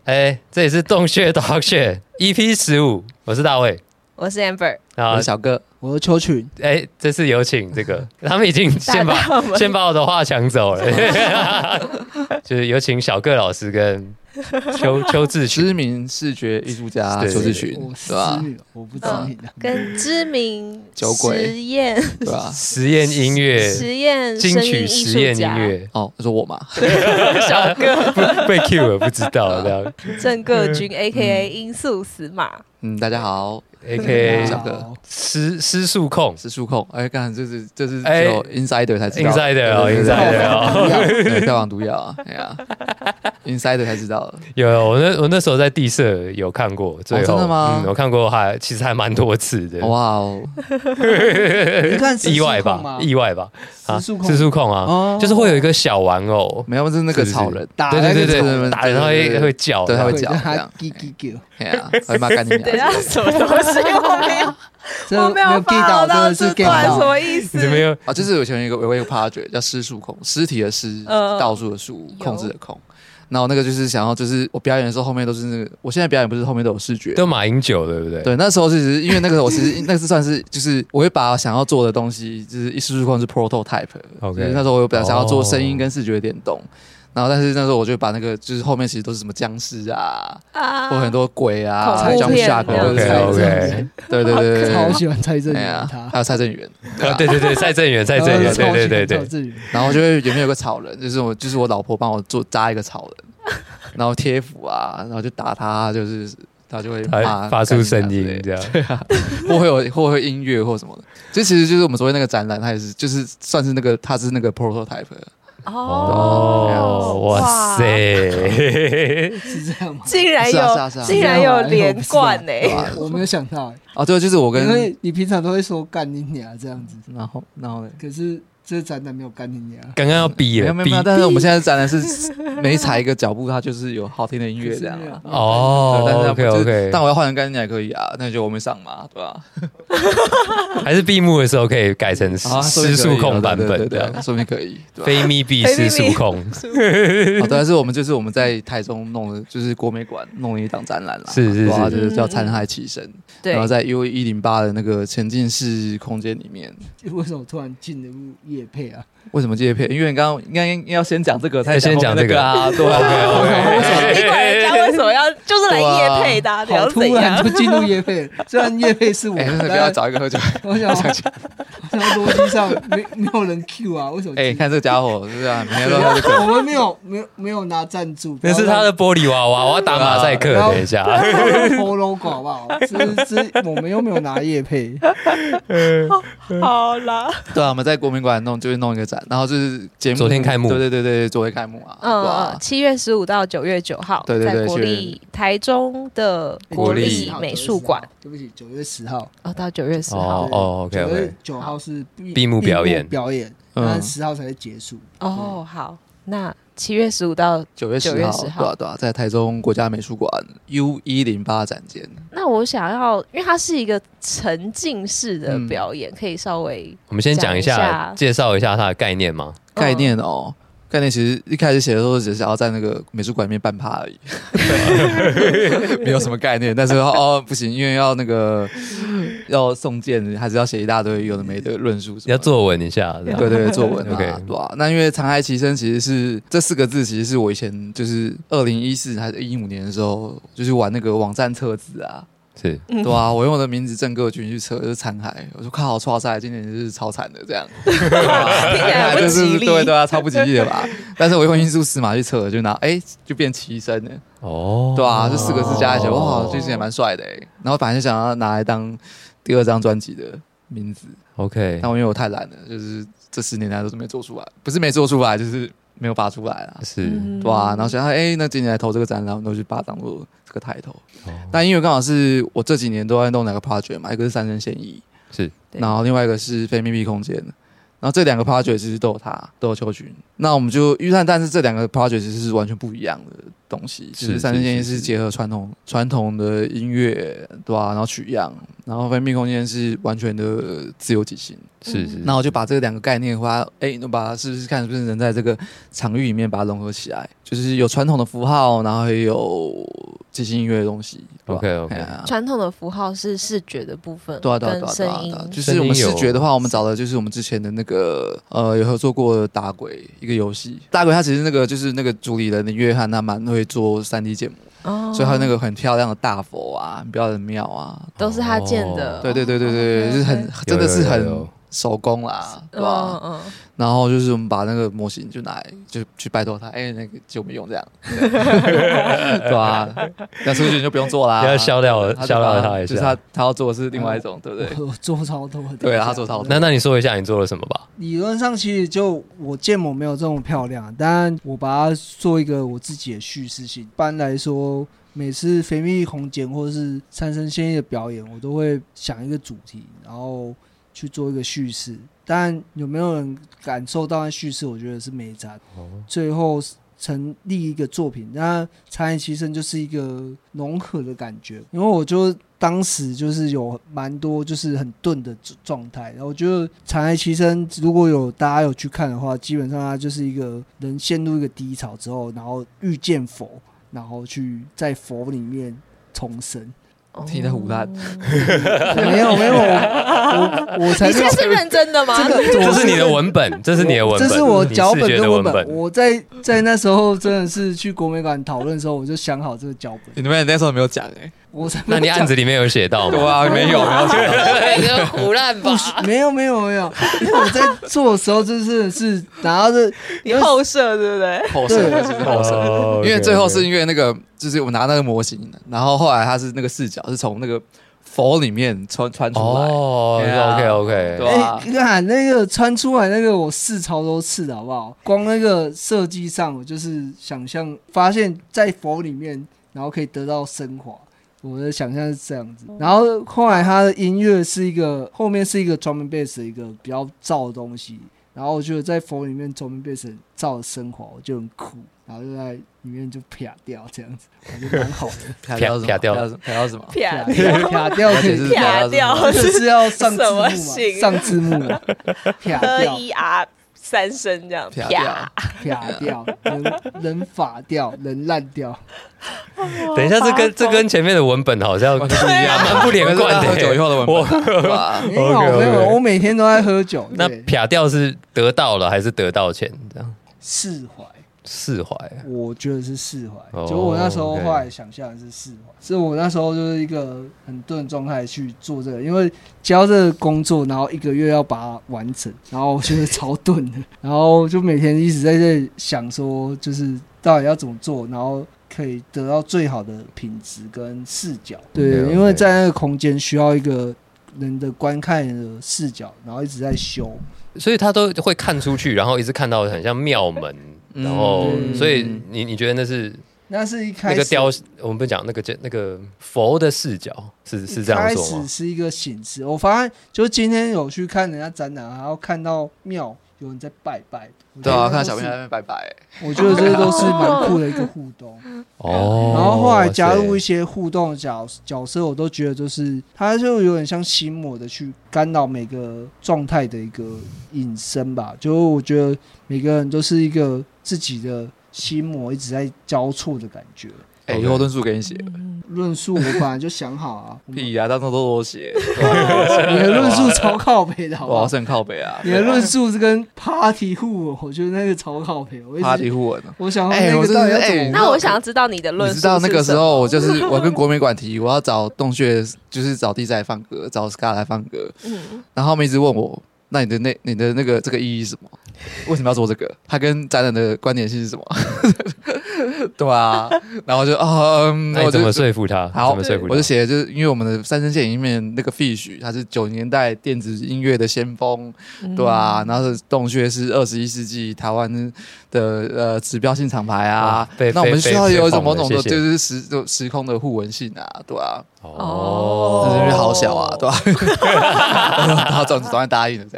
这里是洞穴talk 穴 EP15，我是大卫， 我是 Amber， 我是小哥， 我是邱群。 这次有请这个，他们已经先把我的话抢走了，就是有请小个老师跟邱志群， 知名视觉艺术家邱志群，对吧？ 我不知道跟知名酒鬼实验， 对吧？ 实验音乐， 实验金曲实验音乐。 哦，你说我吗？ 小哥被 Q 了，不知道这样。 郑个军 ，A.K.A. 音速死马。 大家好。 A.K.A. 小哥失速控， 干这是只有 insider 才知道 ，insider 对，票房毒药啊，哎呀 ，insider 才知道。 有我那时候在地社有看过，最后真的吗？ 我看过，其实还蛮多次的。 哇哦， 你看意外吧？失速控啊，就是会有一个小玩偶， 没有，是那个草人， 对，打人会叫， 对，他会叫， 这样，叽叽叫， 哎呀，会骂干你娘。 等一下什么东西？我没有 get 到这段什么意思？ 没有啊，就是我以前有一个 project 叫失速控，尸体的尸，倒数的数，控制的控。然后那个就是想要，就是我表演的时候后面都是那个，我现在表演不是后面都有视觉， 都马英九对不对？ 对，那时候其实因为那个我其实那是算是就是我会把想要做的东西，就是失速控是 prototype， 那时候我有想要做声音跟视觉联动。然后，但是那时候我就把那个就是后面其实都是什么僵尸啊，或很多鬼啊， 恐怖片 ，OK， 对， 超喜欢蔡正元， 还有蔡正元， 对，蔡正元，对。 然后就会里面有个草人，就是我老婆帮我扎一个草人，然后贴符啊，然后就打他，就是他就会发出声音这样， 对啊，或会音乐或什么的。这其实就是我们昨天那个展览，它也是就是算是那个它是那个 prototype。 哇塞， 是这样吗？ 竟然有连贯呢！ 我没有想到哦，对，就是我跟， 因为你平常都会说干你娘这样子， 然后呢？ 可是这展览没有干你娘， 刚刚要逼了， 没有，但是我们现在展览是每踩一个脚步，它就是有好听的音乐这样啊。 哦，OK， 但我要换成干你娘也可以啊，那就我没上嘛，对吧？ 还是闭幕的时候可以改成失速控版本的， 说明可以。 非密闭失速控。 对，但是我们在台中弄的，就是国美馆弄了一档展览啦， 是， 就是叫残骸起身，然后在 U108的那个沉浸式空间里面。 为什么突然进入业配啊？ 为什么业配？因为你刚刚应该要先讲这个，才先讲这个啊。对 ，OK。一管人家为什么要就是来业配的？ 好突然就进入业配，虽然业配是我， 不要找一个喝酒。 我想逻辑上没有人 Q 啊，为什么？ 看这个家伙是这样，每天都在这。 我们没有拿赞助， 那是他的玻璃娃娃，我要打马赛克。等一下 ，PO logo 好不好？我们又没有拿业配。 好啦， 对啊，我们在国民馆就是弄一个展，然后就是节目昨天开幕， 对，昨天开幕啊。 7月15到9月9号， 对， 在国立台中的国立美术馆。 对不起，9月10号到9月10号。 OK。 9月9号是闭幕表演， 那10号才会结束。 好，那7月15到 9月10号，对啊，在台中国家美术馆 U108 展间。 那我想要，因为它是一个沉浸式的表演，可以稍微我们先讲一下，介绍一下它的概念吗？ 概念其实一开始写的时候只是想要在那个美术馆里面办趴而已，没有什么概念。但是不行，因为要那个要送件，还是要写一大堆有的没的论述， 要作文一下。 对，作文。 OK， 对吧？那因为残骸其身其实是这4个字，其实是我以前就是2014还是15年的时候，就是玩那个网站测字啊。 是， 对啊，我用我的名字郑个军去测，就是残骸。我说靠，哇塞，今年就是超惨的这样， 听起来不吉利。 对啊，超不吉利的吧？但是我用音速司马去测，就就变齐身了。对啊，这4个字加在一起，哇，其实也蛮帅的。然后本来就想要拿来当第2张专辑的名字。 OK， 但因为我太懒了，就是这10年来都是没做出来，不是没做出来，就是没有发出来啦。 是， 对啊。然后想那今年来投这个展，然后就去把它当做这个抬头。那因为刚好是我这几年都在弄2个 project 嘛，一个是3人嫌疑， 是， 然后另外一个是非密闭空间。然后这2个 project 其实都有秋君。那我们就预算，但是这2个 project 其实是完全不一样的东西。就是三生建议是结合传统的音乐，对吧？然后取样，然后分密空间是完全的自由即兴。 是。 那我就把这2个概念的话，我把它是不是能在这个场域里面把它融合起来，就是有传统的符号，然后也有即兴音乐的东西。 OK， 传统的符号是视觉的部分， 对， 声音。 就是我们视觉的话，我们找的就是我们之前的那个有合作过的打鬼一个游戏。打鬼它其实就是那个主理人林约翰，他蛮会做3D 建模，所以他那个很漂亮的大佛啊，很漂亮的庙啊， 都是他建的。 对，就是真的是很手工啦，对吧？然后就是我们把那个模型就拿来就去拜托他，那个借我们用这样，对吧？那出去就不用做啦， 要笑料他一下， 就是他要做的是另外一种，对不对？ 我做超多的， 对啊，他做超多。 那你说一下你做了什么吧？ 理论上其实就我建模没有这么漂亮，但我把它做一个我自己的叙事性。一般来说，每次非密空间或者是三生现役的表演，我都会想一个主题，然后去做一个叙事。但有没有人感受到那叙事，我觉得是没差。最后成立一个作品，那残骸其实就是一个融合的感觉。因为我就当时就是有蛮多就是很钝的状态，然后我觉得残骸其实如果大家有去看的话，基本上它就是一个人陷入一个低潮之后，然后遇见佛，然后去在佛里面重生。 听得胡烂， 没有，我才你现在是认真的吗？ 这是你的文本，这是我脚本跟文本。 我在那时候真的是去国美馆讨论的时候，我就想好这个脚本。 你们那时候没有讲那你案子里面有写到吗？ 对啊，没有那个胡乱吧？ 没有，因为我在做的时候就是拿到这你后设对不对？ 后设就是后设，因为最后是因为那个就是我拿那个模型，然后后来它是那个视角是从那个佛里面穿出来。 OK， 对吧？ 看那个穿出来那个我试超多次的好不好？光那个设计上，我就是想象发现，在佛里面，然后可以得到升华。我的想象是这样子，然后后来他的音乐是一个后面是一个 drum and bass 的一个比较燥的东西，然后我觉得在佛里面 drum and bass 燥的升华，我就很酷，然后就在里面就啪掉这样子，我觉得蛮好的。 啪掉什么？ 啪掉就是要上字幕嘛，上字幕嘛，啪掉。 3声这样， 啪掉，人法掉，人烂掉。 等一下，这跟前面的文本好像不一样，蛮不连贯的。 喝酒以后的文本， 没有，我每天都在喝酒。 那啪掉是得到了还是得到钱？这样释怀，我觉得是释怀。就我那时候后来想象的是释怀，所以我那时候就是一个很钝的状态去做这个，因为接到这个工作，然后1个月要把它完成，然后我觉得超钝的，然后就每天一直在这里想说，就是到底要怎么做，然后可以得到最好的品质跟视角。对，因为在那个空间需要一个人的观看的视角，然后一直在修， 所以他都会看出去，然后一直看到很像庙门。然后，所以你觉得那是一开始那个我们不讲那个佛的视角是这样说吗？ 开始是一个形式，我发现就今天有去看人家展览，然后看到庙有人在拜拜， 对啊，看到小朋友在那边拜拜， 我觉得这都是蛮酷的一个互动。 哦， 然后后来加入一些互动的角色，我都觉得就是它就有点像心魔的去干扰每个状态的一个引申吧。就我觉得每个人都是一个自己的心魔一直在交错的感觉。 以后论述给你写， 论述我本来就想好啊。 屁啊，当中都我写。 你的论述超靠北的，好不好？ 我是很靠北啊。 你的论述是跟 Party 互文，我觉得那个超靠北。 Party 互文， 我想那个到底要怎么？ 那我想要知道你的论述。 你知道那个时候，我跟国美馆提，我要找洞穴，就是找地仔来放歌，找 Ska 来放歌。然后他们一直问我。那你的那个这个意义是什么？为什么要做这个？它跟展览的关联性是什么？对啊，然后就那你怎么说服他？ 好，我就写就是因为我们的三生线里面那个 Fish， 他是90年代电子音乐的先锋，对啊，然后洞穴是21世纪台湾的指标性厂牌啊，那我们需要有一种某种的就是时空的互文性啊，对啊，这是好小啊，对吧？然后总算答应了这样。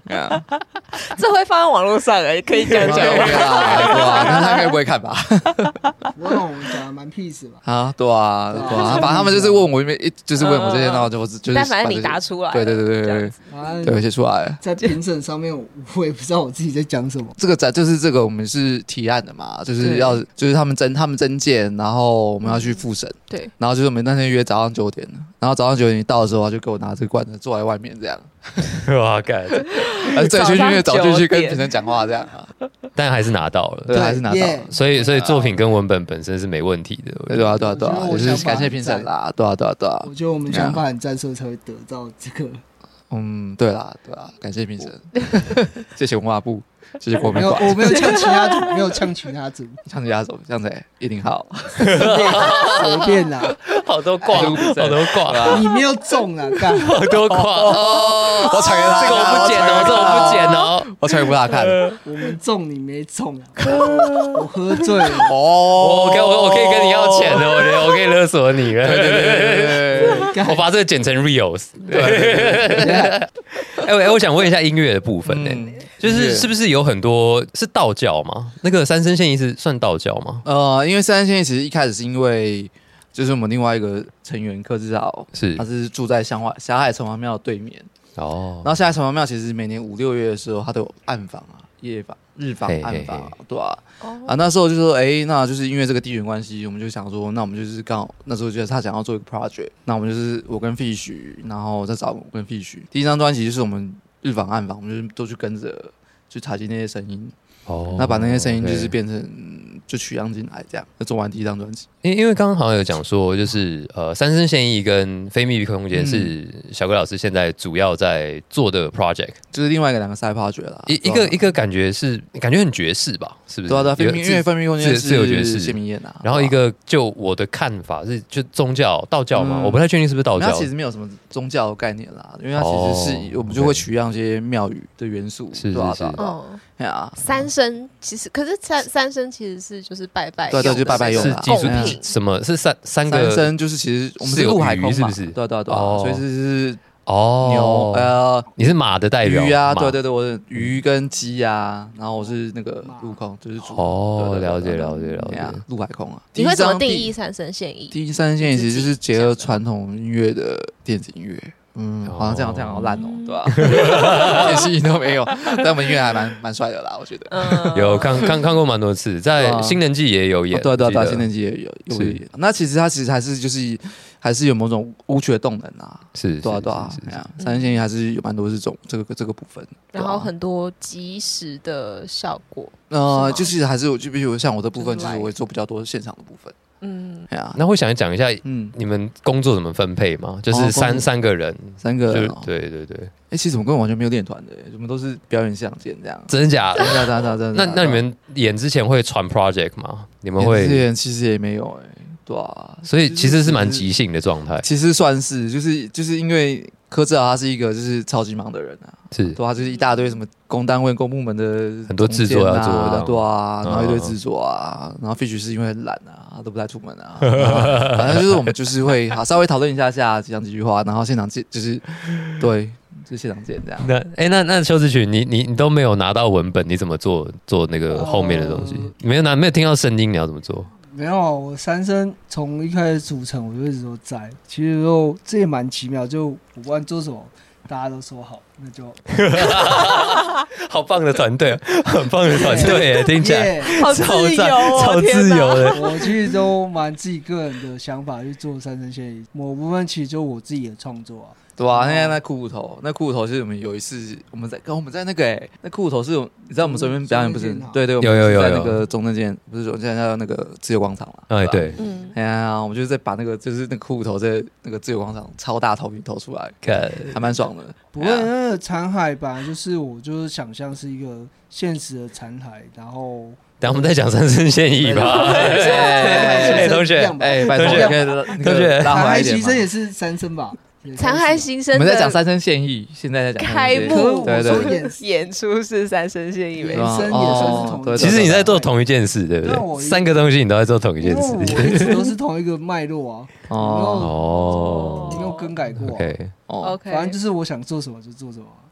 这会放在网络上可以讲讲吗？ 哇，那他应该不会看吧？ 我们讲的蛮 peace 吧？ 啊，对啊，反正他们就是问我，就是问我这些，然后就是但反正你答出来， 对，对，写出来。 在评审上面，我也不知道我自己在讲什么。 这个就是这个，我们是提案的嘛，就是他们征件，然后我们要去复审， 对， 然后就是我们那天约早上9点，然后早上9点你到的时候，他就给我拿这个罐子坐在外面这样。 哇，干！ 醉醺醺的走进去跟评审讲话这样啊， 但还是拿到了， 对，还是拿到了。 所以作品跟文本本身是没问题的。 对啊，就是感谢评审啦，对啊。 我觉得我们想法很赞，所以才会得到这个。 对啦，感谢评审，谢谢文化部，谢谢国民馆。 我没有呛其他组，没有呛其他组， 呛其他组，呛谁？一定好， 随便啦， 好多挂， 你没有中啦，干好多挂， 我传给他， 这个我不剪哦， 我传给他看。 我们中你没中，我喝醉了。 我可以跟你要钱的，我可以勒索你了。 对， 我把这个剪成 reels。我想问一下音乐的部分呢，是不是有很多是道教吗？那个三生现役是算道教吗？ 因为三生现役其实一开始是因为就是我们另外一个成员柯志豪，他是住在霞海城隍庙对面然后霞海城隍庙其实每年5、6月的时候，他都有暗访啊、夜访、日访、暗访，对啊。那时候就说，那就是因为这个地缘关系，我们就想说，那我们就是刚好那时候觉得他想要做一个 project， 那我们就是我跟 Fish， 然后再找我跟 Fish。第一张专辑就是我们日访暗访，我们就是都去跟着去采集那些声音，那把那些声音就是变成就取样进来，这样就做完第一张专辑。 因为刚刚好像有讲说，就是三生现役跟非密闭空间是小哥老师现在主要在做的 project， 就是另外2个 side project 啦。 一个感觉很爵士吧，是不是？ 对，因为非密闭空间是有爵士谢明燕啊。 然后一个就我的看法是，就宗教道教嘛，我不太确定是不是道教。 它其实没有什么宗教的概念啦，因为它其实是我们就会取样一些庙宇的元素， 是。 三生其实，可是三生其实是就是拜拜， 对，就拜拜用的贡品。什么是三个？ 三生就是其实我们是陆海空嘛， 是不是？ 对，所以是牛你是马的代表鱼啊，对，我是鱼跟鸡啊，然后我是那个陆空，就是猪。 了解， 陆海空啊。 你会怎么定义三生现役？ 第一三生现役其实就是结合传统音乐的电子音乐。好像这样好烂哦，对吧？电视都没有，但我们音乐还蛮帅的啦，我觉得。 有看过蛮多次，在《新人季》也有演， 对，《新人季》也有演。那其实还是就是还是有某种舞曲的动能啊， 是， 对，三生现役还是有蛮多这个部分， 然后很多即时的效果。 就是还是就比如像我的部分，就是我会做比较多现场的部分。 那会想讲一下，你们工作怎么分配吗？就是三个人，对。 其实我们根本完全没有练团的，我们都是表演现场见这样。 真的假的？ 真的。 那你们演之前会传 project 吗？你们会？ 演其实也没有对啊。 所以其实是蛮即兴的状态。 其实算是，就是因为柯志豪他是一个就是超级忙的人啊， 是， 对啊，就是一大堆什么公单位、公部门的很多制作要做的， 对啊，然后一堆制作啊，然后 Fish 是因为很懒啊，他都不太出门啊，反正就是我们就是会稍微讨论一下讲几句话，然后现场见就是对。就现场见这样。 那邱志群，你都没有拿到文本，你怎么做那个后面的东西？没有听到声音，你要怎么做？ 没有，我三生从一开始组成，我就一直都在。其实这也蛮奇妙，就我不管做什么，大家都说好，那就好棒的团队，很棒的团队，听起来好自由哦， 超自由的。 我其实都蛮自己个人的想法去做三生现役，某部分其实就我自己的创作啊。 对啊，那酷骨头是我们有一次我们在那个那酷骨头是你知道我们这边表演不是？对，我们在那个中正街，不是现在叫那个自由广场嘛？对，我们就是在把那个就是那个酷骨头在那个自由广场超大投影投出来，还蛮爽的。 不过那个残骸吧，就是我就是想象是一个现实的残骸，然后。 等我们再讲三生现役吧。同学， 拜托，同学， 残骸牺牲也是三生吧？ 残骸新生， 我们在讲三生现役，现在在讲开幕， 对， 演出是三生现役， 原声也算是同。 其实你在做同一件事，对不对？3个东西你都在做同一件事， 我一直都是同一个脉络啊。没有更改过。 OK， 反正就是我想做什么就做什么。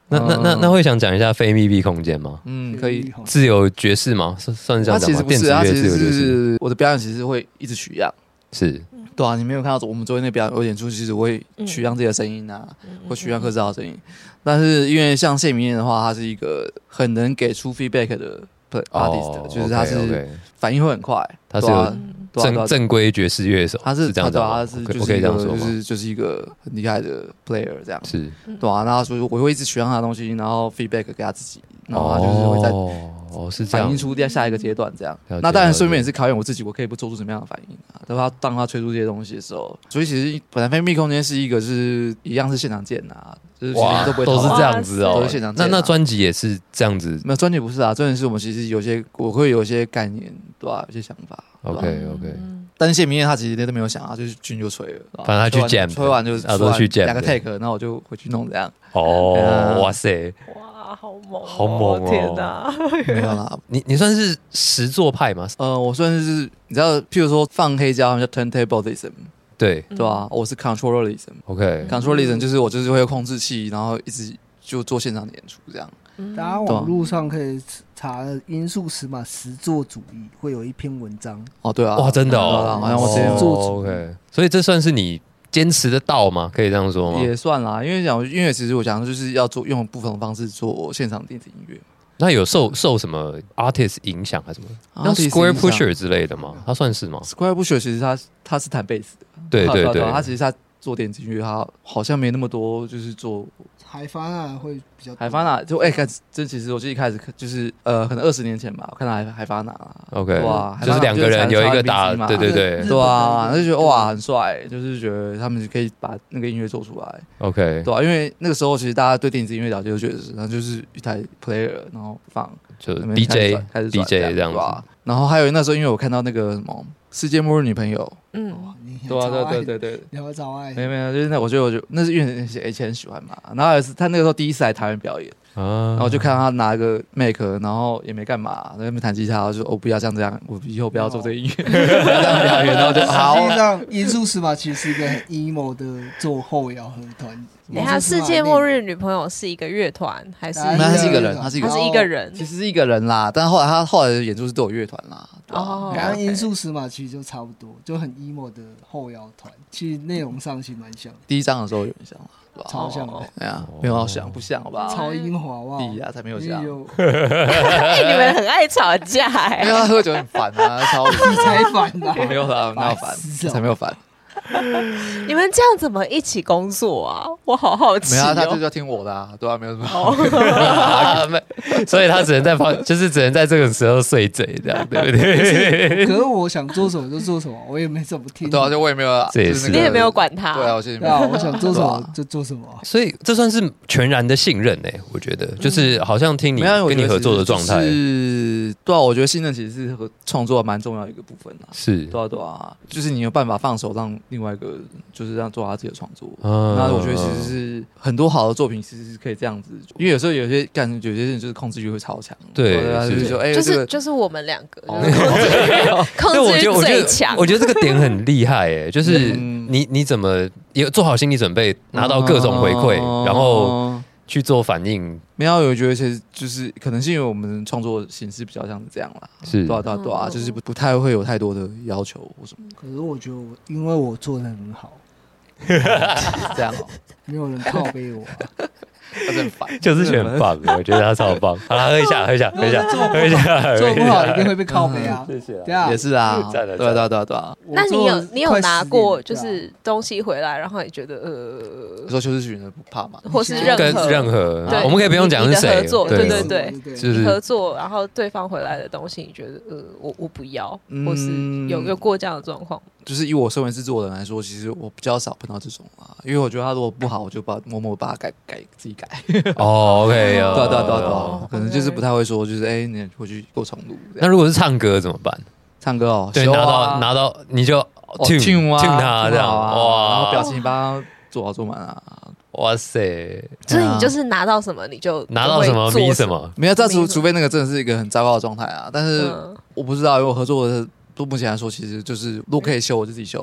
那会想讲一下非密闭空间吗？ 可以。 自由爵士吗？算是这样讲吗？ 电子乐自由爵士。 我的表演其实会一直取样， 是。 对啊，你没有看到我们昨天那表演演出，其实我会取样自己的声音啊，会取样柯志豪的声音。但是因为像谢明燕的话，他是一个很能给出 feedback 的 artist，就是他是反应会很快， 他是有正规爵士乐手， 他是这样子， 他是就是一个很厉害的 player 这样， 是， 对啊，然后所以我会一直取样他的东西，然后 feedback 给他自己，然后他就是会在是这样反映出下一个阶段这样。那当然顺便也是考验我自己，我可以不做出什么样的反应啊？当他吹出这些东西的时候，所以其实本来非密闭空间是一个就是一样是现场见啊，就是其实都是这样子哦， 都是现场见。 那专辑也是这样子？ 没有，专辑不是啊，专辑是我们其实我会有一些概念，对吧？有些想法。 OK， 但是谢明燕他其实都没有想啊，就是军就吹了， 反正他去 jam， 吹完就都去 jam， 2个 take， 然后我就回去弄这样。 哇塞！ 好猛， 好猛哦！ 天哪， 没有啦， 你算是实作派吗？ 我算是你知道，譬如说放黑胶，他们叫 turntablism， 对吧？我是 controllism，OK，controllism 就是我就是会有控制器，然后一直就做现场的演出这样。 大家网络上可以查音速尺码实作主义，会有一篇文章。 对啊， 哇，真的好像我之前做主 ，OK，所以这算是你坚持得到吗？可以这样说吗？ 也算啦，因为其实我讲的就是要用不同的方式做现场电子音乐。 那有受什么 artist 影响还是什么？像 Square Pusher 之类的吗？他算是吗 ？Square Pusher 其实他是弹贝斯的， 对， 他其实他做电子音乐，他好像没那么多，就是做。 海法纳会比较多， 海法纳就这其实我记得一开始就是可能20年前吧，我看到海法纳 ，OK， 哇， 就是2个人有一个打，对啊，就觉得哇很帅，就是觉得他们可以把那个音乐做出来 ，OK， 对啊，因为那个时候其实大家对电子音乐了解就觉得是，然后就是一台 player， 然后放就 DJ 这样子， 然后还有那时候因为我看到那个什么世界末日女朋友，对， 你好早爱， 没有，就是我觉得那是因为以前很喜欢嘛，然后也是他那个时候第一次来台湾表演，然后我就看到他拿一个 Mac， 然后也没干嘛，在那边弹吉他，我就不要这样，我以后不要做这个音乐，不要这样表演，然后就好。 实际上，音速尺码其实是一个很 emo 的做后摇合团。 等一下，世界末日女朋友是一个乐团还是？ 他是一个人，他是一个人， 其实是一个人啦。但是他后来的演出是都有乐团啦。 然后音速尺码其实就差不多，就很 emo 的后摇团，其实内容上其实蛮像。 第一章的时候有点像啦。 超像的， 哎呀，没有好像，不像好吧？ 超英华哇！ 第一啊，才没有像。 你们很爱吵架哎！ 因为他喝酒很烦啊，超你才烦啊！ 没有啦，哪有烦？才没有烦。 你们这样怎么一起工作啊？我好好奇。 没有，他就是要听我的啊，对啊，没有什么好。 所以他只能在就是只能在这个时候碎嘴，这样对不对？ 可是我想做什么就做什么，我也没怎么听。 对啊，就我也没有， 你也没有管他。 对啊， 我想做什么就做什么。 所以这算是全然的信任欸，我觉得就是好像听你跟你合作的状态。 对啊，我觉得信任其实是和创作蛮重要的一个部分啦。 是， 对啊，就是你有办法放手让另外一个就是让做他自己的创作。那我觉得其实是很多好的作品其实是可以这样子，因为有时候有些人就是控制欲会超强。 对， 就是说就是我们2个控制欲最强。 我觉得这个点很厉害欸，就是你怎么有做好心理准备，拿到各种回馈，然后去做反应。 没有，我觉得其实就是可能是因为我们创作形式比较像是这样啦， 是， 对啊，就是不太会有太多的要求或什么。 可是我觉得因为我做的很好， 这样哦， 没有人靠背我。 他真烦， 就是很棒，我觉得他超棒。好啦，喝一下， 做不好一定会被靠背啊。 谢谢，也是啊，对。 那你有拿过就是东西回来，然后你觉得你说邱志群的不怕吗？ 或是任何，我们可以不用讲是谁， 对，就是合作，然后对方回来的东西，你觉得我不要，或是有过这样的状况？ 就是以我身为制作人来说，其实我比较少碰到这种啊，因为我觉得他如果不好，我就默默把它自己改。 哦 ，OK， 对，可能就是不太会说，就是你回去给我重录。 那如果是唱歌怎么办？ 唱歌哦， 对，拿到你就 tune 他这样，哇， 然后表情帮他做好做满啊， 哇塞！ 所以你就是拿到什么你就拿到什么逼什么， 没有，除非那个真的是一个很糟糕的状态啊。但是我不知道，因为我合作的目前来说，其实就是如果可以修，我就自己修了。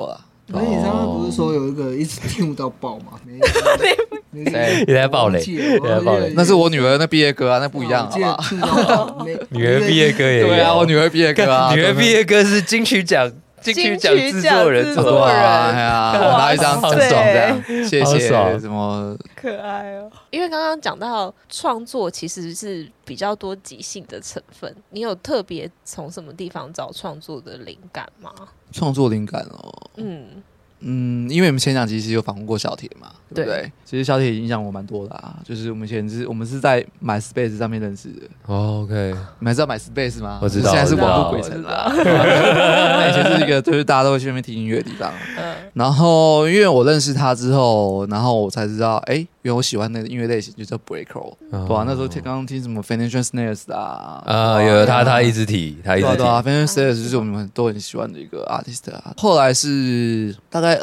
那你上次不是说有一个一直听不到爆吗？ 你在爆雷， 那是我女儿那毕业歌啊，那不一样啊。 女儿毕业歌也有， 对啊，我女儿毕业歌啊， 女儿毕业歌是金曲奖制作人做的啊，我拿一张很爽这样，谢谢，什么可爱哦。因为刚刚讲到创作其实是比较多即兴的成分，你有特别从什么地方找创作的灵感吗？ 创作灵感哦，因为我们前2集其实有访问过小铁嘛，对不对？其实小铁影响我蛮多的啊，就是我们是在MySpace 上面认识的。 OK， 你们知道 MySpace 吗？ 我知道， 现在是网络鬼城啦。那以前是一个就是大家都会去那边听音乐的地方。然后因为我认识他之后，然后我才知道，因为我喜欢那个音乐类型就叫 breakroll， 对吧？那时候刚刚听什么 Financial Snares 啊， 有他一直提 ，Financial Snares 就是我们都很喜欢的一个 artist 啊。后来是大概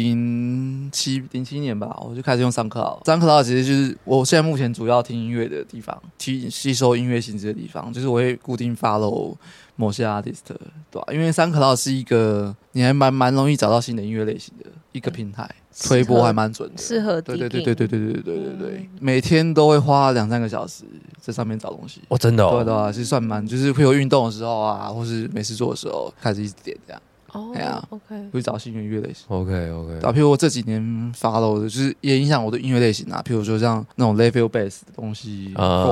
2007年吧，我就开始用SoundCloud。其实就是我现在目前主要听音乐的地方，吸收音乐性质的地方，就是我会固定 follow某些 artist， 对吧？因为SoundCloud是一个你还蛮容易找到新的音乐类型的一个平台，推播还蛮准的， 适合对，每天都会花2-3个小时在上面找东西。 真的哦， 对啊，是算蛮，就是会有运动的时候啊，或是没事做的时候，开始一直点这样。 OK， 会找新的音乐类型。 OK， 譬如我这几年 follow 的，就是也影响我的音乐类型啊。譬如说像那种 level bass 的东西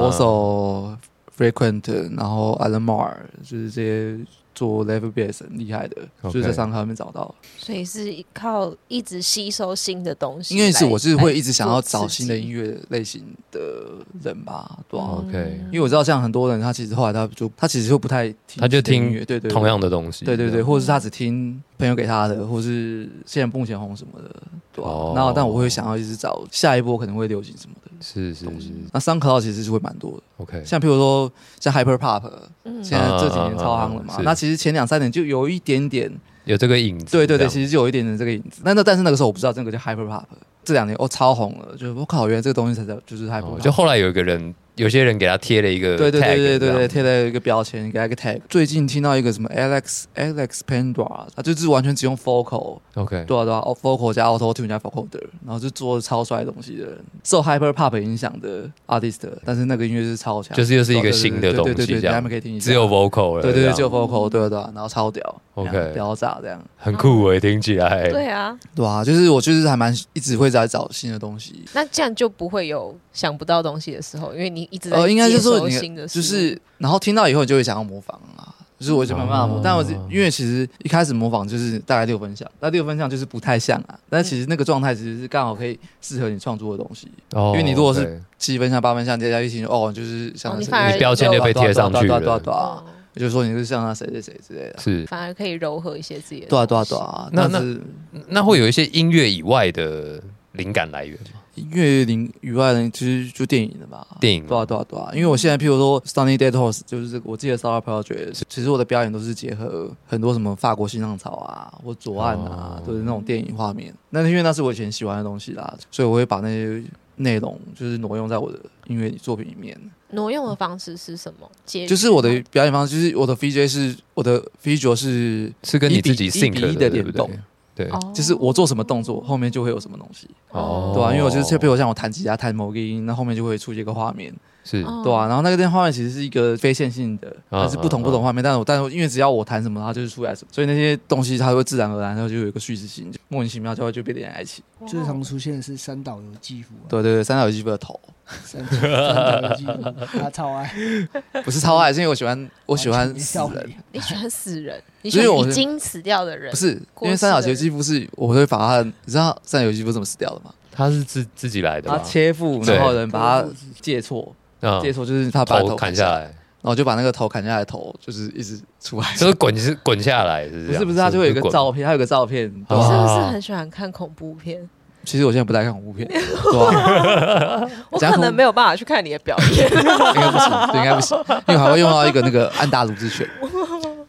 ，Frequent， 然后 Alan Moore， 就是这些做 level bass 很厉害的，就是在SoundCloud上面找到。 所以是靠一直吸收新的东西。 因为我是会一直想要找新的音乐类型的人吧，对吧 ？OK， 因为我知道像很多人，他其实后来他其实就不太听， 他就听音乐，对同样的东西， 对，或者是他只听朋友给他的，或是现在目前红什么的，对吧？然后但我会想要一直找下一波可能会流行什么的， 是。 那SoundCloud其实是会蛮多的 ，OK， 像譬如说像 Hyper Pop，现在这几年超夯了嘛，那其实前2-3年就有一点点有这个影子， 对，其实就有一点点这个影子。但是那个时候我不知道这个叫 Hyper Pop， 这2年超红了，就我靠，原来这个东西才叫就是 Hyper Pop。 就后来有些人给他贴了一个 tag， 对，贴了一个标签，给他一个 tag。最近听到一个什么 Alex Pandra， 他就是完全只用 vocal，OK， 对啊 ，vocal 加 auto tune 加 vocoder， 然后就做超帅的东西的人，受 Hyper Pop 影响的 artist， 但是那个音乐是超强， 就是又是一个新的东西， 他们可以听一下， 只有 vocal 了， 对，只有 vocal， 对，然后超屌 ，OK， 飙炸这样， 很酷诶，听起来， 对啊， 就是我就是还蛮一直会在找新的东西， 那这样就不会有想不到东西的时候，因为你一直在应该就是说新的事物， 就是然后听到以后你就会想要模仿啊。就是我就没办法模仿，但因为其实一开始模仿就是大概6分像，那6分像就是不太像啊，但其实那个状态其实是刚好可以适合你创作的东西。因为你如果是7分像、8分像，大家一听就是像你标签就被贴上去了， 对，就是说你是像那谁之类的， 是反而可以糅合一些自己的。 对啊。 那会有一些音乐以外的灵感来源吗？ 音乐以外的其实就电影的吧， 电影对啊，因为我现在譬如说 Sunny Dead Horse 就是我自己的 Star Project， 其实我的表演都是结合很多什么法国新浪潮啊或左岸啊，都是那种电影画面。那因为那是我以前喜欢的东西啦，所以我会把那些内容就是挪用在我的音乐作品里面。 挪用的方式是什么？ 就是我的表演方式，就是我的 VJ 是我的 visual 是跟你自己 sync 的联动。对，就是我做什么动作，后面就会有什么东西，对吧？因为我就是比如像我弹吉他弹某个音，那后面就会出现一个画面， 是对吧？然后那个画面其实是一个非线性的，它是不同画面，但是因为只要我弹什么，它就是出来什么，所以那些东西它会自然而然，然后就有一个叙事性，莫名其妙就被连在一起。 最常出现的是三岛由纪夫， 对，三岛由纪夫的头。 三岛由纪夫，他超爱， 不是超爱，是因为我喜欢死人。 你喜欢死人？你喜欢已经死掉的人？ 不是，因为三岛由纪夫是我会把他，你知道三岛由纪夫怎么死掉的吗？ 他是自己来的， 他切腹，然后人把他借错就是他把头砍下来。 然后就把那个头砍下来的头，就是一直出来， 就是滚下来，是这样？ 不是，他就会有一个照片，他有个照片。 你是不是很喜欢看恐怖片？ 其实我现在不太看恐怖片，对我可能没有办法去看你的表演， 应该不行，因为还会用到一个那个安达鲁之拳。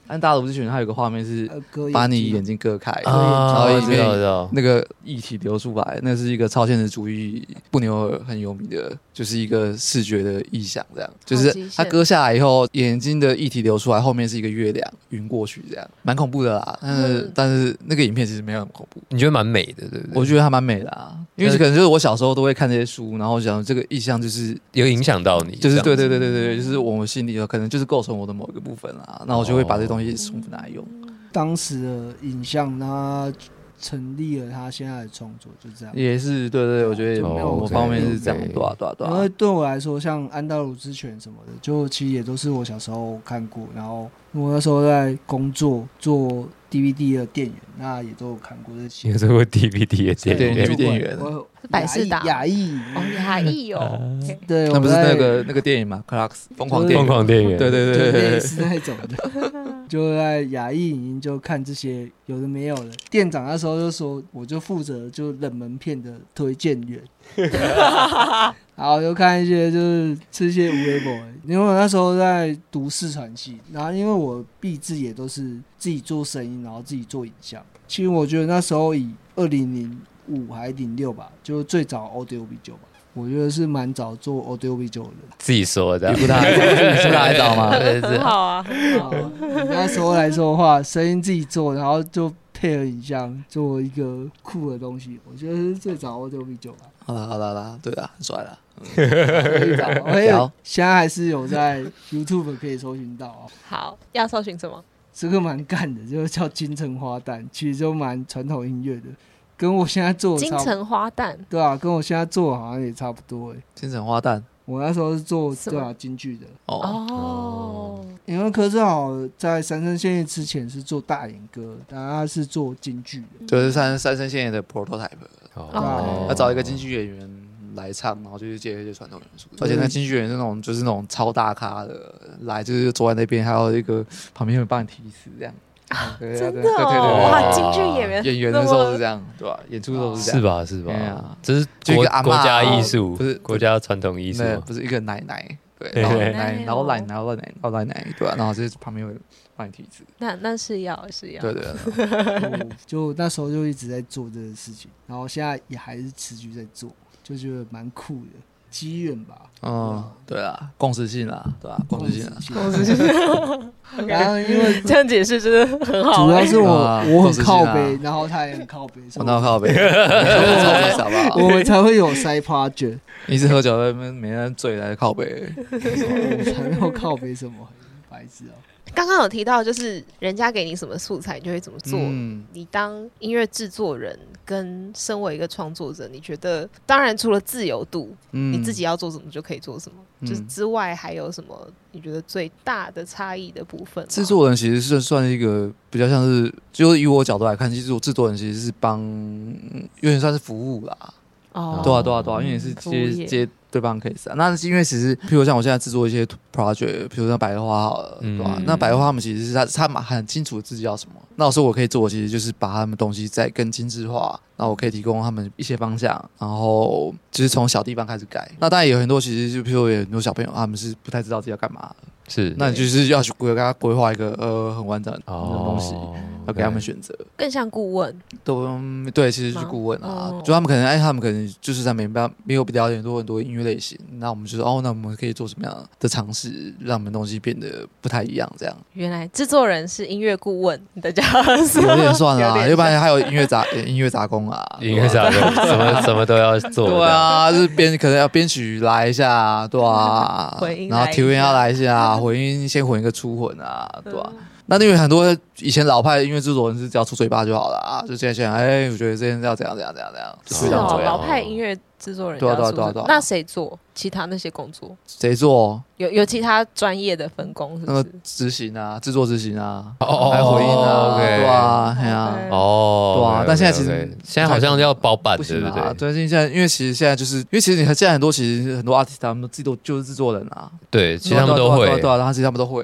安达鲁之拳它有个画面是把你眼睛割开，然后里面那个液体流出来，那是一个超现实主义布纽尔很有名的，就是一个视觉的意象，这样就是它割下来以后，眼睛的液体流出来，后面是一个月亮晕过去，这样蛮恐怖的啦。但是那个影片其实没有很恐怖， 你觉得蛮美的，对不对？ 我觉得还蛮美的啊，因为可能就是我小时候都会看这些书，然后想这个意象就是有影响到你， 就是对，就是我们心里可能就是构成我的某一个部分啦，那我就会把这些东西重复拿来用。 当时的影像，它成立了他现在的创作，就这样。 也是对，我觉得某方面是这样，对啊。 因为对我来说，像安达鲁之拳什么的，就其实也都是我小时候看过，然后我那时候在工作做 DVD 的店员，那也都有看过这些。 你有做过 DVD 的店员？ 百事达、 雅艺哦， 对， 那不是那个电影嘛 ？Clocks 疯狂店员， 对，是那种的。就在雅艺影音就看这些有的没有的。店长那时候就说，我就负责就冷门片的推荐员，然后就看一些就是这些无微博。因为我那时候在读视传系，然后因为我毕制也都是自己做声音，然后自己做影像。其实我觉得那时候以2005还06吧，就最早 Audio Video 吧，我觉得是蛮早做 Audio Video 的人。 自己说的， 你不还早吗？ 很好啊。 那时候来说的话，声音自己做，然后就配合影像做一个酷的东西，我觉得是最早 Audio Video 吧。 好啦，对啊，很帅啦。 现在还是有在 YouTube 可以搜寻到哦。 好，要搜寻什么？ 这个蛮干的，就是叫金城花旦，其实就蛮传统音乐的，跟我现在做的金城花旦， 对啊，跟我现在做的好像也差不多哎。 金城花旦， 我那时候是做对啊京剧的哦， 因为柯震豪在三生现役之前是做大演歌，但他是做京剧的， 就是三生现役的 prototype。他找一个京剧演员来唱，然后就是接一些传统元素，而且那京剧演员是那种就是那种超大咖的来，就是坐在那边，还有一个旁边会帮你提词这样。 真的哦，哇，京剧演员的时候是这样，对吧？演出的时候是这样， 是吧？这是国家艺术， 不是国家传统艺术， 不是一个奶奶，对，然后奶奶，对吧？然后就是旁边会帮你提词， 那是要， 对， 就那时候就一直在做这个事情，然后现在也还是持续在做，就觉得蛮酷的。机缘吧， 对啊，共识性啦，对吧？共识性。 然后因为这样解释真的很好， 主要是我很靠北，然后他也很靠北， 我哪有靠北？ 我们才会有side project。 一直喝酒，每天醉来靠北， 我才没有靠北什么，白痴啊！ 刚刚有提到，就是人家给你什么素材，你就会怎么做。你当音乐制作人跟身为一个创作者，你觉得，当然除了自由度，你自己要做什么就可以做什么，就是之外还有什么你觉得最大的差异的部分吗？ 制作人其实是算是一个比较像是，就以我角度来看，其实我制作人其实是帮，有点算是服务啦。对啊，因为你是接对方 case 啊。那是因为其实，譬如像我现在制作一些 project， 譬如像百合花好了，对吧？那百合花他们其实是他很清楚自己要什么。那我说我可以做的其实就是把他们东西再更精致化，那我可以提供他们一些方向，然后就是从小地方开始改。那当然有很多其实就譬如有很多小朋友他们是不太知道自己要干嘛的。 是， 那你就是要去给他规划一个很完整的东西，要给他们选择， 更像顾问。 对，其实就是顾问啊。就他们可能就是在没有了解很多音乐类型，那我们就说那我们可以做什么样的尝试，让我们东西变得不太一样，这样。 原来制作人是音乐顾问，你的角色有点算啦，要不然还有音乐杂工啊， 音乐杂工什么都要做。 对啊，就是可能要编曲来一下，对啊，然后调音要来一下。混音先混一个初混啊，对吧？那因为很多以前老派的音乐制作人是只要出嘴巴就好了啊，就现在我觉得这件要怎样， 是哦，老派音乐制作人对。 那谁做其他那些工作？ 谁做？ 有其他专业的分工，是不是？ 执行啊，制作执行啊，还有回音啊，对啊，对啊，对啊。但现在其实现在好像要包办，对不对？ 最近现在因为其实现在就是因为其实你现在很多 artist 他们自己都就是制作人啊， 对，其实他们都会， 对啊，然后其实他们都会啊，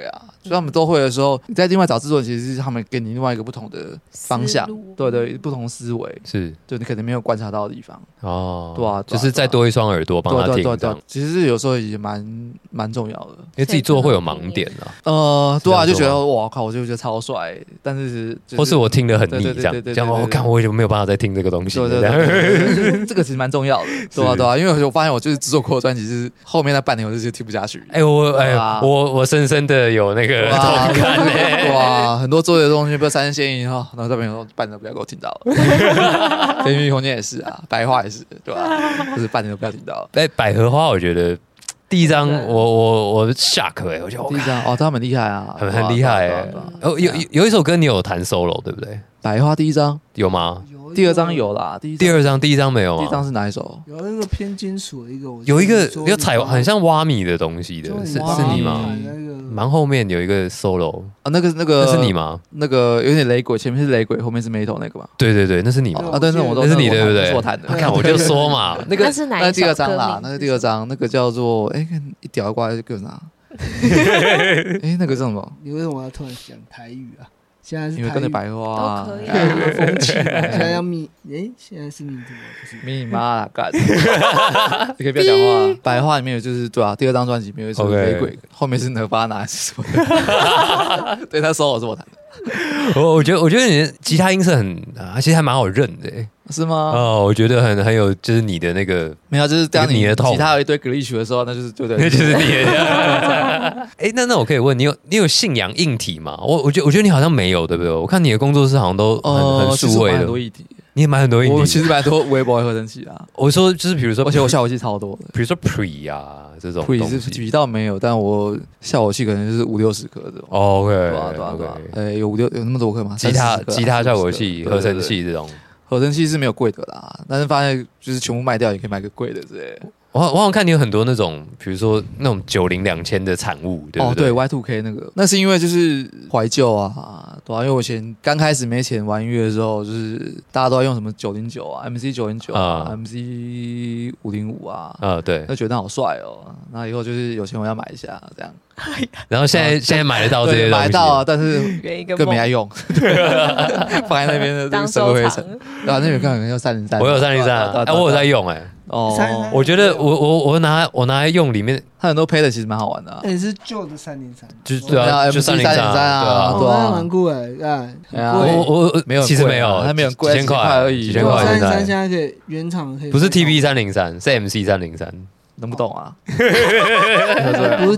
所以他们都会的时候，你在另外找制作人，其实是他们给你另外一个不同的方向，对对，不同的思维， 是， 就你可能没有观察到的地方。 哦， 对啊， 就是再多一双耳朵帮他听， 对，其实是有时候也蛮重要的， 因为自己做会有盲点啊。 对啊，就觉得哇靠，我就觉得超帅，但是或是我听得很腻，这样我看我也没有办法再听这个东西。 对，这个其实蛮重要的，对啊，因为我发现我就是制作过的专辑，是后面那半年我就听不下去。 我深深的有那个同感哇，很多做的东西，比如三生仙影哈，然后这边有半年都不要给我听到了。飞鱼空间也是啊，白话也是，对吧？就是半年都不要听到。 百合花，我觉得第一张我 shock 我觉得第一张他们厉害啊， 很厉害有一首歌你有弹 solo 对不对？ 百花第一张有吗？ 第二张有啦，第一张没有吗？ 第一张是哪一首？ 有那个偏金属的一个， 有一个有彩很像挖米的东西的，是你吗？蛮后面有一个 solo 啊，那是你吗？ 那个有点雷鬼，前面是雷鬼，后面是 metal 那个嘛？ 对，那是你吗？ 啊，对，那是你对不对？是我弹的。 看我就说嘛， 那是哪一首？ 那第二张啦，那是第二张，那个叫做一屌过来就给我拿。那个叫什么？ 你为什么要突然讲台语啊？现在是因为跟着百花都可以啊， 风气。现在要现在是密什么？不是密妈啦，干！你可以不要讲话。百花里面有就是对啊，第二张专辑里面有一首雷鬼，后面是哪巴拿是什么的？对，他solo是我弹的。 我觉得你的吉他音色其实还蛮好认的， 是吗？ 我觉得很有，就是你的那个没有，就是当你的痛， 吉他有一堆 glitch 的时候，那就是对， 那就是你的。那我可以问你有信仰硬体吗？我觉得你好像没有，对不对？我看你的工作室好像都很数位的， 很多议题。 你也买很多硬体， 我其实蛮多微博合成器啊。 我说就是比如说， 而且我效果器超多的， 比如说 pre 啊这种 pre 是举到没有，但我效果器可能就是5-60颗这种。 OK， 对，有那么多颗吗？ 吉他效果器、合成器这种， 合成器是没有贵的啦，但是发现就是全部卖掉，也可以买个贵的之类的。 我好像看你有很多那种，比如说那种90-2000的产物，对不对？ 对 Y2K 那个，那是因为就是怀旧啊，对啊，因为我以前刚开始没钱玩音乐的时候，就是大家都在用什么909啊、MC 909啊、MC 505啊， 对， 就觉得好帅哦。那以后就是有钱我要买一下这样。 然后现在买得到这些东西， 买得到啊，但是更没爱用，放在那边的这个社会层。对啊，那边看可能要303， 我有303，我有在用我觉得我拿来用，里面它很多配的其实蛮好玩的。 你是旧的303， 就是对啊，就303 啊， 对啊，蛮酷哎， 我没有， 其实没有， 它没有贵， 几千块而已， 几千块。 303现在可以原厂可以， 不是 TB303，是 MC303。 能不懂啊？ 不是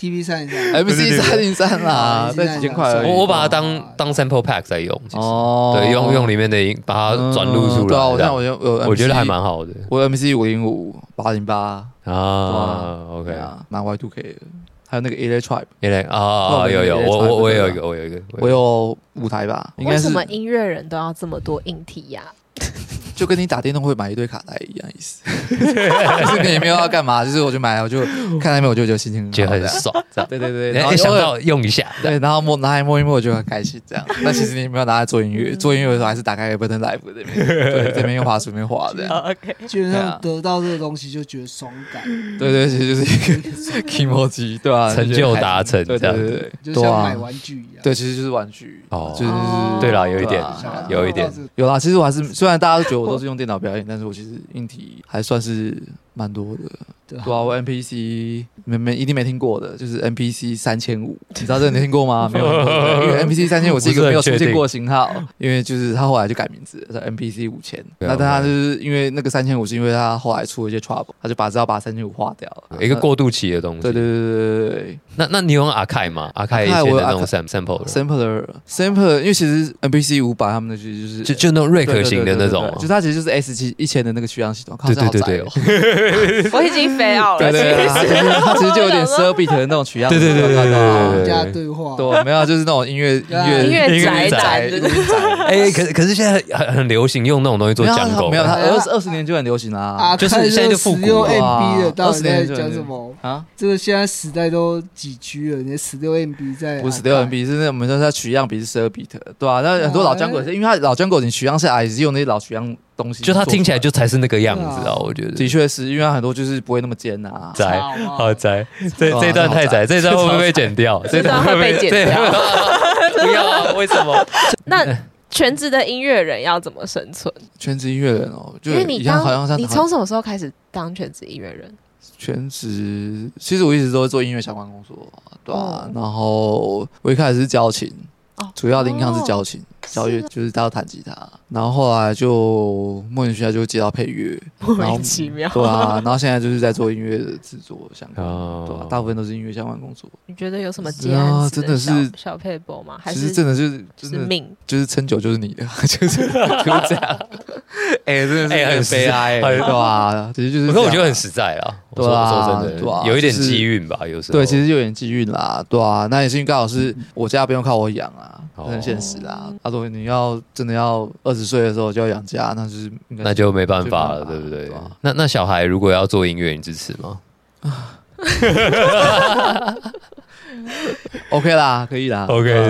TB303，MC 303啦，那几千块而已。 我把它当 sample pack 在用，对，用里面的音把它转录出来。 对啊， 我觉得还蛮好的。 我有 MC 505、808 啊 ，OK 啊，蛮 Y2K 的。还有那个 Electribe， 有，我也有一个， 我有5台吧。 为什么音乐人都要这么多硬体呀？ 就跟你打电动会买一堆卡带一样意思，就是你也没有要干嘛，就是我就买，我就看那边我就觉得心情觉得很爽，这样对， 然后想到用一下， 对，然后拿来摸一摸我就很开心这样。那其实你没有拿来做音乐，做音乐的时候还是打开 Ableton Live 这边，对，这边用滑鼠这边滑这样。 OK， 基本上得到这个东西就觉得爽感。 对，其实就是一个 Kimoji， 对吧？ 成就达成，对， 就像买玩具一样。 对，其实就是玩具，就是对啦，有一点， 有啦。其实我还是虽然大家都觉得我都是用电脑表演，但是我其实硬体还算是蛮多的。对啊，我 MPC 一定没听过的，就是 MPC 3500，你知道这个你听过吗？没有，因为 MPC 3500是一个没有出现过的型号，因为就是他后来就改名字了，叫 MPC 5000。那他就是因为那个3500是因为他后来出了一些 trouble， 他就只好把3500划掉了， 一个过渡期的东西。 对。 那你用 Akai 吗？Akai 以前的那种 sampler， 因为其实 MPC 500他们的其实就是就那种瑞克型的那种， 就它其实就是 S1000的那个取样系统。 对， 我已经飞out 了。 对，它其实就有点奢比特的那种取样。 对， 加对话。 对，没有，就是那种音乐宅。 可是现在很流行用那种东西做降构。 没有，它20年就很流行啦。 就是现在就复古了。MB 的到底在讲什么啊？ 这个现在时代都几 G 了，你16 MB 在不是16 MB， 是那我们说它取样比是12 bit， 对吧？那很多老浆果是因为它老浆果你取样下来也是用那些老取样东西， 就它听起来就才是那个样子啊！我觉得的确是因为它很多就是不会那么尖啊， 宅好宅，这段太宅，这段会不会剪掉？ 这段会被剪掉？ 不要啊！为什么？ 那全职的音乐人要怎么生存？ 全职音乐人哦， 因为你从什么时候开始当全职音乐人？ 全职其实我一直都会做音乐相关工作，对啊。然后我一开始是教琴，主要的income是教琴，教乐就是要弹吉他。然后后来就莫名其妙就接到配乐， 莫名其妙， 对啊。然后现在就是在做音乐的制作相关，对啊，大部分都是音乐相关工作。 你觉得有什么接案子真的是小配播吗？还是真的就是命， 就是撑久就是你的，就是这样。真的是很悲哀，对吧？其实就是， 可是我觉得很实在啦。 对啊， 说真的，有一点机运吧，有时候。 对，其实有点机运啦，对啊。那也是因为刚好是我家不用靠我养啊，很现实啦。如果你要真的要20岁的时候就要养家，那就没办法了，对不对？那小孩如果要做音乐，你支持吗 ？OK 啦，可以啦。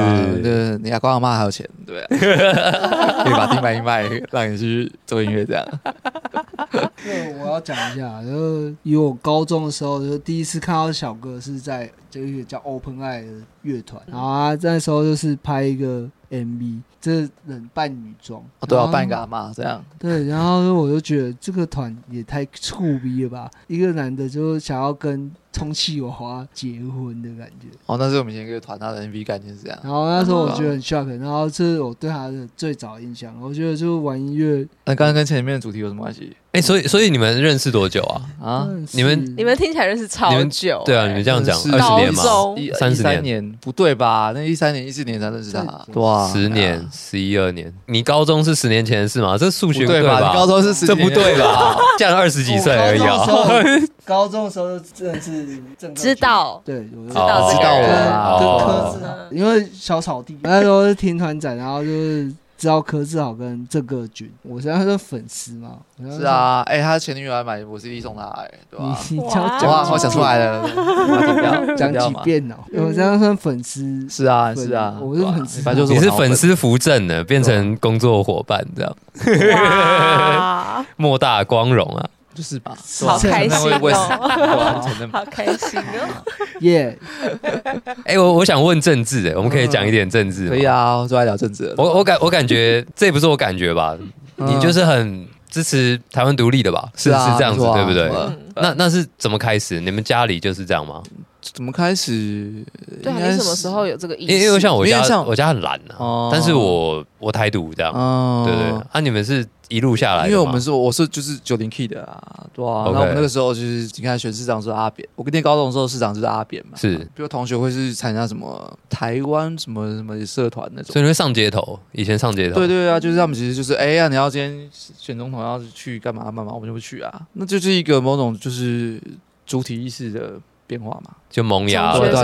OK， 你阿公阿妈还有钱，对啊，可以把地卖一卖，让你去做音乐这样。 我要讲一下，就是以我高中的时候，就第一次看到小哥是在这个叫 Open Eye 的乐团，然后那时候就是拍一个 MV， 这人扮女装， 对啊，扮一个阿嬷这样。 对，然后我就觉得这个团也太酷逼了吧！一个男的就想要跟充气娃娃结婚的感觉。 那是我们以前一个团，他的 MV 概念是这样。 然后那时候我觉得很 shock， 然后这是我对他的最早印象。我觉得就玩音乐， 那刚刚跟前面的主题有什么关系？ 所以你们认识多久啊？你们听起来认识超久。 对啊，你们这样讲20年嘛 ，30年不对吧？那13年、14年才认识他，对啊 ，10年、11、12年。你高中是10年前的事吗？这数学对吧？你高中是10 年，这不对吧？这样20几岁而已啊。 高中的时候真的是知道， 对， 知道我跟柯志豪，因为小草地那时候是听团仔，然后就是知道柯志豪跟郑个军，我现在是粉丝嘛。 是啊，他前女友还买我 CD 送他，对吧？ 你哇，我想出来了， 讲几遍哦。我这样算粉丝？ 是啊， 我是粉丝， 你是粉丝扶正的，变成工作伙伴这样，莫大光荣啊！ 就是吧， 好开心哦，好开心哦， 耶！ 我想问政治，我们可以讲一点政治吗？ 可以啊，就来聊政治。 我感觉这也不是我感觉吧，你就是很支持台湾独立的吧？是这样子，对不对？那是怎么开始？你们家里就是这样吗？ 怎么开始？ 对啊，你什么时候有这个意识？ 因为像我家很蓝啊，但是我台独这样，对对。你们是一路下来的吗？ 因为我是就是90 Key 的啊，对啊。然后我们那个时候就是你看选市长是阿扁，我念高中的时候市长就是阿扁嘛， 是。 比如同学会是参加什么台湾什么社团那种， 所以你会上街头，以前上街头。 对啊，就是他们其实就是你要今天选总统要去干嘛，我们就不去啊，那就是一个某种就是主体意识的变化嘛， 就萌芽， 对。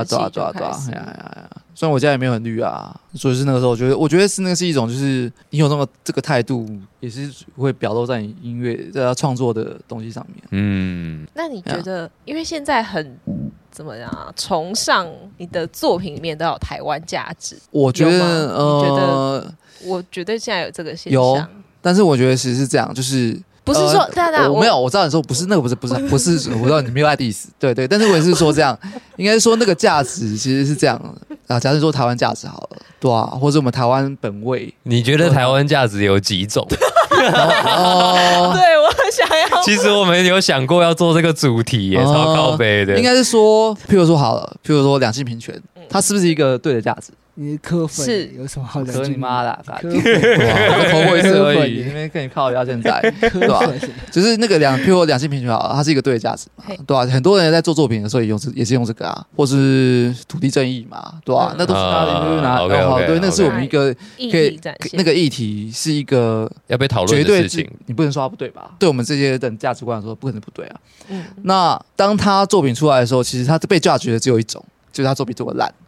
虽然我家也没有很绿啊，所以是那个时候，我觉得是那个是一种，就是你有这个态度，也是会表露在你音乐在创作的东西上面。 那你觉得，因为现在很怎么样啊，崇尚你的作品里面都有台湾价值， 我觉得， 你觉得？我觉得现在有这个现象， 有，但是我觉得其实是这样，就是。 不是说， 我没有，我知道你说不是那个，不是，我知道你没有爱意思，对，但是我也是说这样，应该是说那个价值其实是这样啊。假设说台湾价值好了，对啊，或者我们台湾本位， 你觉得台湾价值有几种？ 对，我想要。 其实我们有想过要做这个主题耶，超靠北的。 应该是说，譬如说两性平权，它是不是一个对的价值？ 你磕粉是有什么好的？ 磕你妈啦！磕粉，我头过一次而已，那边跟你靠到现在，对吧？就是那个譬如两性平权好了，它是一个对的价值嘛，对吧？很多人在做作品的时候也是用这个啊，或是土地正义嘛，对吧？那都是拿对，那是我们一个可以那个议题是一个要被讨论的事情， 你不能说它不对吧？对我们这些人价值观来说，不可能不对啊。那当他作品出来的时候，其实他被 judge 的只有一种，就是他作品做得烂。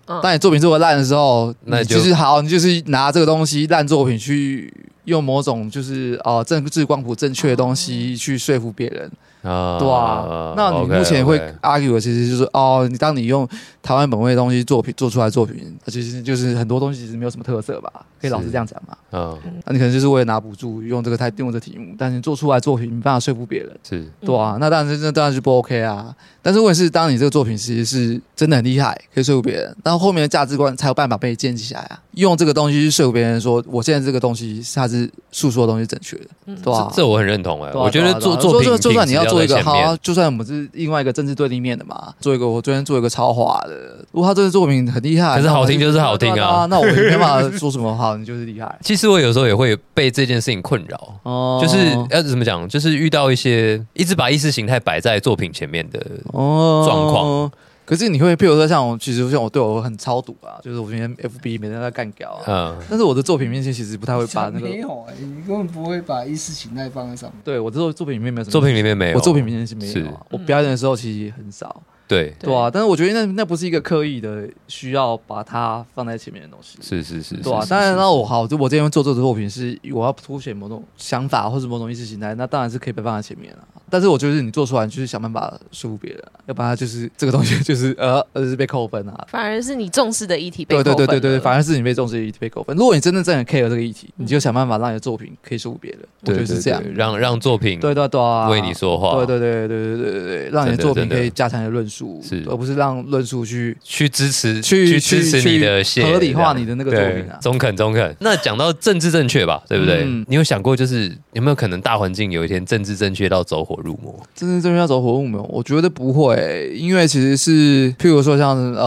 当你作品做得烂的时候，你就是好，你就是拿这个东西烂作品去用某种就是政治光谱正确的东西去说服别人。对啊，那你目前会 argue 的其实就是当你用台湾本位的东西做出来的作品，其实就是很多东西其实没有什么特色吧，可以老实这样讲嘛。那你可能就是为了拿补助用这个题目，但是做出来的作品没办法说服别人， 是， 对啊，那当然是不 OK 啊。但是问题是，当你这个作品其实是真的很厉害，可以说服别人，然后后面的价值观才有办法被建立起来啊。用这个东西去说服别人说，我现在这个东西它是诉说的东西是正确的，对啊， 这我很认同我觉得作品就算你要做一个好，就算我们是另外一个政治对立面的嘛，我昨天做一个超华的，如果他这个作品很厉害， 可是好听就是好听啊， 那我没办法说什么好，你就是厉害。 其实我有时候也会被这件事情困扰，就是要怎么讲，就是遇到一些一直把意识形态摆在作品前面的状况。 可是你会，譬如说像我对我很超赌啊，就是我今天 FB 每天在干掉啊，但是我的作品面前其实不太会把那个， 没有你根本不会把意识形态放在上面。 对，我的作品里面没有什么， 作品里面没有， 我作品面前是没有啊，我表演的时候其实很少。对啊，但是我觉得那不是一个刻意的需要把它放在前面的东西， 是， 对啊。当然，那我之前做这个作品是我要凸显某种想法或是某种意识形态，那当然是可以被放在前面啊。但是我觉得你做出来就是想办法说服别人，要不然就是这个东西就是是被扣分啊。 反而是你重视的议题被扣分。 对，反而是你被重视的议题被扣分。如果你真的很 care 这个议题，你就想办法让你的作品可以说服别人。我觉得是这样， 让作品对为你说话。 对，让你的作品可以加强你的论述，而不是让论述去支持你的合理化你的那个作品啊。 中肯。那讲到政治正确吧，对不对？你有想过就是有没有可能大环境有一天政治正确到走火入魔？ 政治正确到走火入魔，我觉得不会，因为其实是譬如说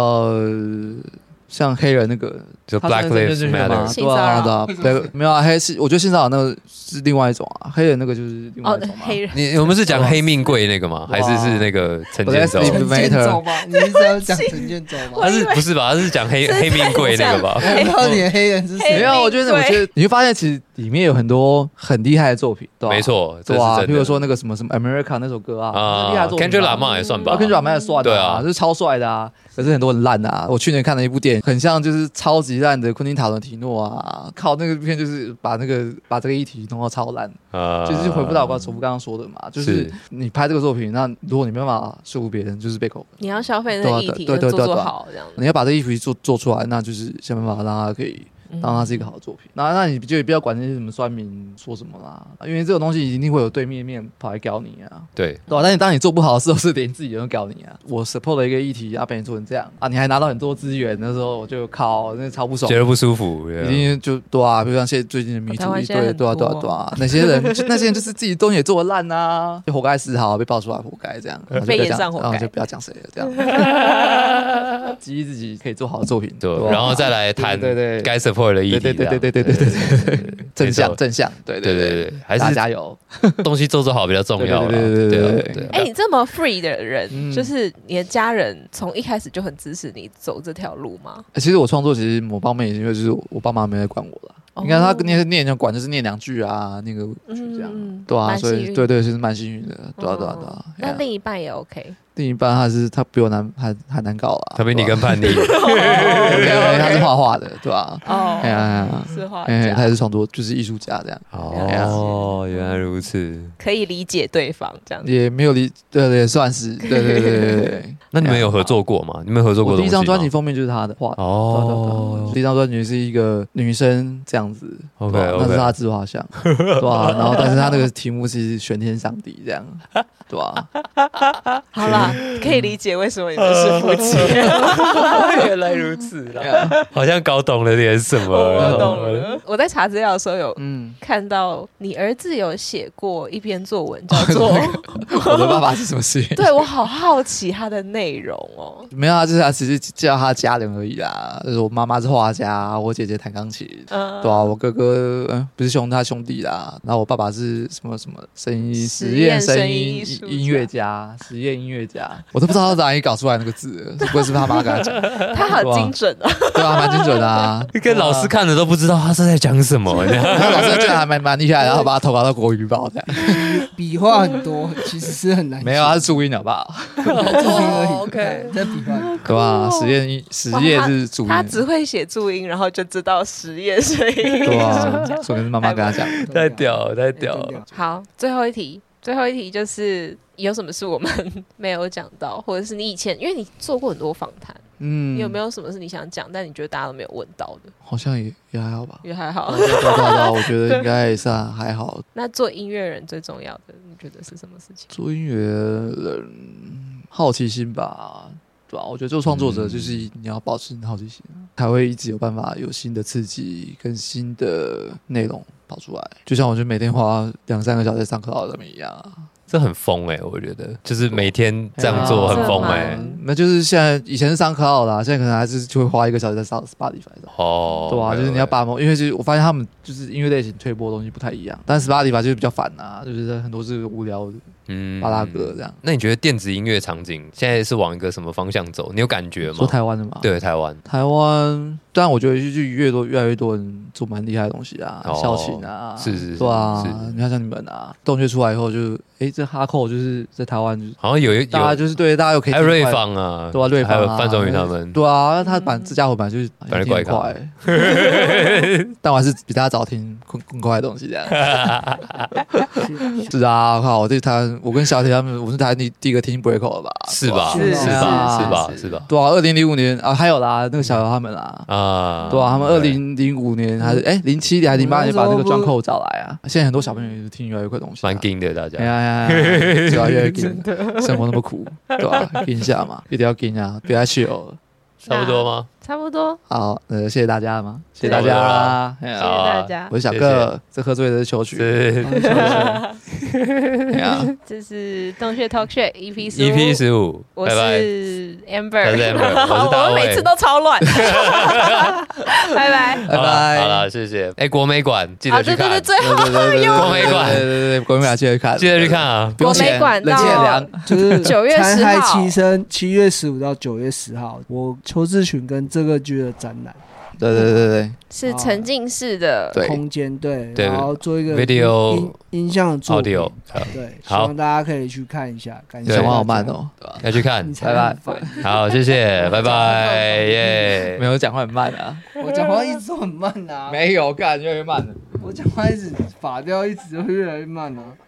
像黑人那个就 Black Lives Matter， 对啊，没有啊，我觉得性骚扰那个是另外一种啊，黑人那个就是另外一种嘛。 黑人， 我们是讲黑命贵那个吗？还是那个陈建州？ 陈建州吗？你是要讲陈建州吗？ 不是吧？他是讲黑命贵那个吧？ 我不知道你的黑人是谁。 没有，我觉得你会发现其实里面有很多很厉害的作品，对吧？ 没错， 对啊，比如说那个什么 America 那首歌啊，厉害作品 ，Kendrick Lamar 也算吧 ，Kendrick Lamar 也算，对啊，就是超帅的啊。可是很多人烂啊！我去年看了一部电影，很像就是超级烂的昆汀塔伦提诺啊，靠那个片就是把这个议题弄到超烂，就是回不到重复刚刚说的嘛，就是你拍这个作品，那如果你没办法说服别人，就是被扣分。 你要消费那个议题，做好这样。 你要把这个议题做出来，那就是想办法让它可以。让它是一个好的作品，那你就也不要管那些什么酸民说什么啦，因为这种东西一定会有对面跑来搞你啊， 对吧？但是当你做不好的时候，是连自己都搞你啊。我 support 了一个议题，被你做成这样啊，你还拿到很多资源，那时候我就靠，那超不爽， 觉得不舒服， 一定就对啊，比如像最近的迷途，对啊，那些人就是自己东西也做得烂啊，就活该死好被爆出来，活该这样， 被延上活该， 然后就不要讲谁了，这样，激励自己可以做好的作品， 对，然后再来谈该 support 的议题， 对，正向，对， 还是加油， 东西做好比较重要，对。 哎，你这么 free 的人，就是你的家人从一开始就很支持你走这条路吗？ 其实我创作其实某方面因为就是我爸妈没在管我了。你看他念管就是念2句啊，念个5句这样，对啊，所以对，其实蛮幸运的，对啊。 那另一半也 OK。 另一半他比我还难搞啦， 他比你更叛逆， 他是画画的，对吧？ 是画家， 他也是创作，就是艺术家这样。 哦，原来如此， 可以理解对方这样， 也没有对，算是对。 那你们有合作过吗？你们合作过？ 我第一张专辑封面就是他的画的，第一张专辑是一个女生这样子 ，OK， 那是他的自画像，对吧？然后但是他那个题目是玄天上帝这样，对吧？ 好啦，可以理解为什么你们是夫妻。 原来如此啦，好像搞懂了点什么。 我懂了。我在查资料的时候有看到你儿子有写过一篇作文，叫做 《我的爸爸是什么事情》。 对，我好好奇他的内容哦。 没有啊，就是他只是叫他家人而已啦。就是我妈妈是画家，我姐姐弹钢琴，对啊，我哥哥不是他兄弟啦。然后我爸爸是什么声音实验声音音乐家，实验音乐家，我都不知道他哪里搞出来那个字，是不是他妈跟他讲？ 他好精准啊！ 对啊，蛮精准的啊， 跟老师看的都不知道他是在讲什么。 他老师觉得还蛮厉害，然后把他投稿到国语报这样。 笔画很多，其实是很难。 没有，他是注音好不好？ 注音而已。OK，在笔画。 对吧？实验是注音， 他只会写注音，然后就知道实验，所以对啊，所以是妈妈跟他讲， 太屌太屌。 好，最后一题就是有什么是我们没有讲到，或者是你以前因为你做过很多访谈。你有没有什么是你想讲，但你觉得大家都没有问到的？ 好像也还好吧， 也还好。 我觉得应该也算还好。 那做音乐人最重要的，你觉得是什么事情？ 做音乐人，好奇心吧，对吧？我觉得做创作者就是你要保持好奇心，才会一直有办法有新的刺激跟新的内容跑出来。就像我就每天花2-3个小时上课老师一样啊。 这很疯我觉得就是每天这样做很疯那就是现在以前是上课啦，现在可能还是就会花1个小时在上 Spotify 上。对啊，就是你要把因为我发现他们就是音乐类型推播的东西不太一样，但 Spotify 就是比较烦啊，就是很多是无聊的。巴拉歌这样。 那你觉得电子音乐场景现在是往一个什么方向走？你有感觉吗？ 说台湾的吗？ 对，台湾，当然我觉得就越来越多人做蛮厉害的东西啊，校庆啊， 是， 对啊，你看像你们啊，洞穴出来以后就，这哈扣就是在台湾， 好像大家就是对大家有可以， 还有瑞芳啊， 对啊，瑞芳还有范仲云他们， 对啊，他这家伙本来就是反正怪咖， 但我还是比大家早听更快的东西这样。是啊，靠，我跟小铁他们，我是台第一个听 Breako 了吧？ 是吧？是吧？ 对啊，2005年啊，还有啦，那个小姚他们啦，对啊，他们2005年还是07年还是08年把那个专扣找来啊。现在很多小朋友也是听越来越快东西， 蛮硬的大家。 越来越硬，生活那么苦，对吧？硬一下嘛，一定要硬啊，别再去了。 差不多吗？ 差不多。 好，谢谢大家嘛，谢谢大家， 谢谢大家。 我是小个，这喝醉的是秋曲。 这是洞穴 Talk Show EP15， 我是 Amber， 我是大卫， 我每次都超乱。拜拜。 好了，谢谢。国美馆记得去看。 对，最后国美馆， 对，国美馆记得看， 记得去看啊。 国美馆冷气很凉， 就是 9月10号， 残骸齐声，7月15到9月10号，我邱志群跟这个剧的展览。 对， 是沉浸式的空间，对，然后做一个 video 音像的作品， 对， 希望大家可以去看一下，感谢。 小王好慢哦， 要去看， 拜拜。 好，谢谢，拜拜，耶。 没有讲话很慢啊， 我讲话一直都很慢啊， 没有，干越来越慢了。 我讲话一直法调一直都越来越慢啊。